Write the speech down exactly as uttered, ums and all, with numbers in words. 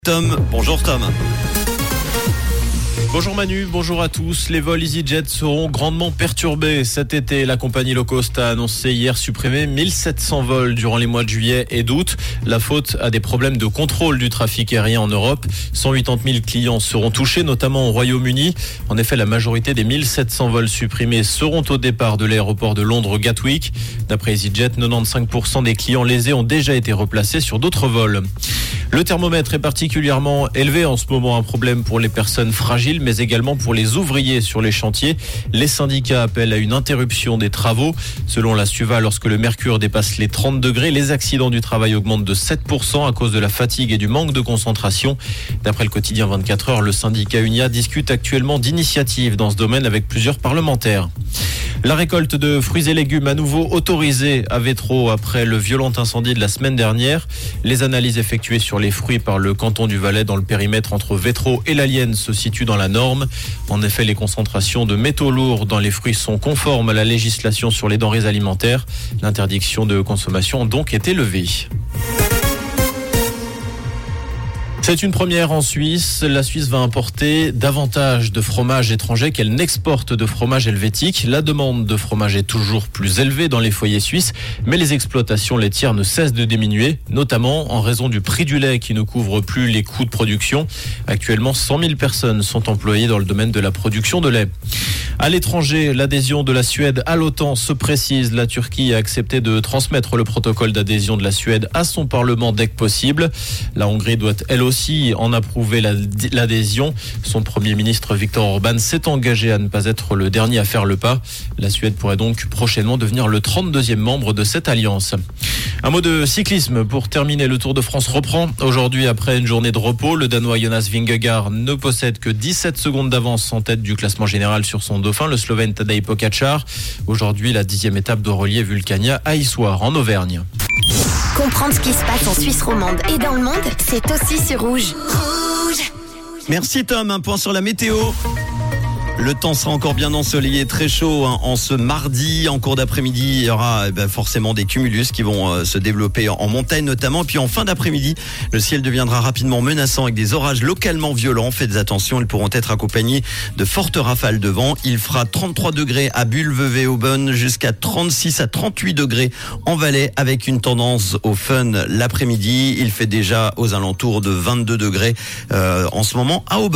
Tom, bonjour Tom. Bonjour Manu, bonjour à tous. Les vols EasyJet seront grandement perturbés cet été. La compagnie low cost a annoncé hier supprimer mille sept cents vols durant les mois de juillet et d'août. La faute à des problèmes de contrôle du trafic aérien en Europe. cent quatre-vingt mille clients seront touchés, notamment au Royaume-Uni. En effet, la majorité des mille sept cents vols supprimés seront au départ de l'aéroport de Londres Gatwick. D'après EasyJet, quatre-vingt-quinze pour cent des clients lésés ont déjà été replacés sur d'autres vols. Le thermomètre est particulièrement élevé en ce moment, un problème pour les personnes fragiles, mais également pour les ouvriers sur les chantiers. Les syndicats appellent à une interruption des travaux. Selon la SUVA, lorsque le mercure dépasse les trente degrés, les accidents du travail augmentent de sept pour cent à cause de la fatigue et du manque de concentration. D'après le quotidien vingt-quatre heures, le syndicat UNIA discute actuellement d'initiatives dans ce domaine avec plusieurs parlementaires. La récolte de fruits et légumes à nouveau autorisée à Vétro après le violent incendie de la semaine dernière. Les analyses effectuées sur les fruits par le canton du Valais dans le périmètre entre Vétro et l'Alienne se situent dans la norme. En effet, les concentrations de métaux lourds dans les fruits sont conformes à la législation sur les denrées alimentaires. L'interdiction de consommation a donc été levée. C'est une première en Suisse. La Suisse va importer davantage de fromages étrangers qu'elle n'exporte de fromage helvétique. La demande de fromage est toujours plus élevée dans les foyers suisses, mais les exploitations laitières ne cessent de diminuer, notamment en raison du prix du lait qui ne couvre plus les coûts de production. Actuellement, cent mille personnes sont employées dans le domaine de la production de lait. À l'étranger, l'adhésion de la Suède à l'OTAN se précise. La Turquie a accepté de transmettre le protocole d'adhésion de la Suède à son parlement dès que possible. La Hongrie doit elle aussi en approuver l'adhésion. Son premier ministre Viktor Orban s'est engagé à ne pas être le dernier à faire le pas. La Suède pourrait donc prochainement devenir le trente-deuxième membre de cette alliance. Un mot de cyclisme pour terminer. Le Tour de France reprend aujourd'hui après une journée de repos. Le Danois Jonas Vingegaard ne possède que dix-sept secondes d'avance en tête du classement général sur son dauphin, le Slovène Tadej Pogačar. Aujourd'hui, la dixième étape d'Aurelier Vulcania à Issoire, en Auvergne. Comprendre ce qui se passe en Suisse romande et dans le monde, c'est aussi sur Rouge. Rouge. Merci Tom, un point sur la météo. Le temps sera encore bien ensoleillé, très chaud hein, en ce mardi. En cours d'après-midi, il y aura eh ben, forcément des cumulus qui vont euh, se développer en, en montagne notamment. Puis en fin d'après-midi, le ciel deviendra rapidement menaçant avec des orages localement violents. Faites attention, ils pourront être accompagnés de fortes rafales de vent. Il fera trente-trois degrés à Bulle, Vevey, Aubonne, jusqu'à trente-six à trente-huit degrés en Valais avec une tendance au fun l'après-midi. Il fait déjà aux alentours de vingt-deux degrés euh, en ce moment à Aubonne.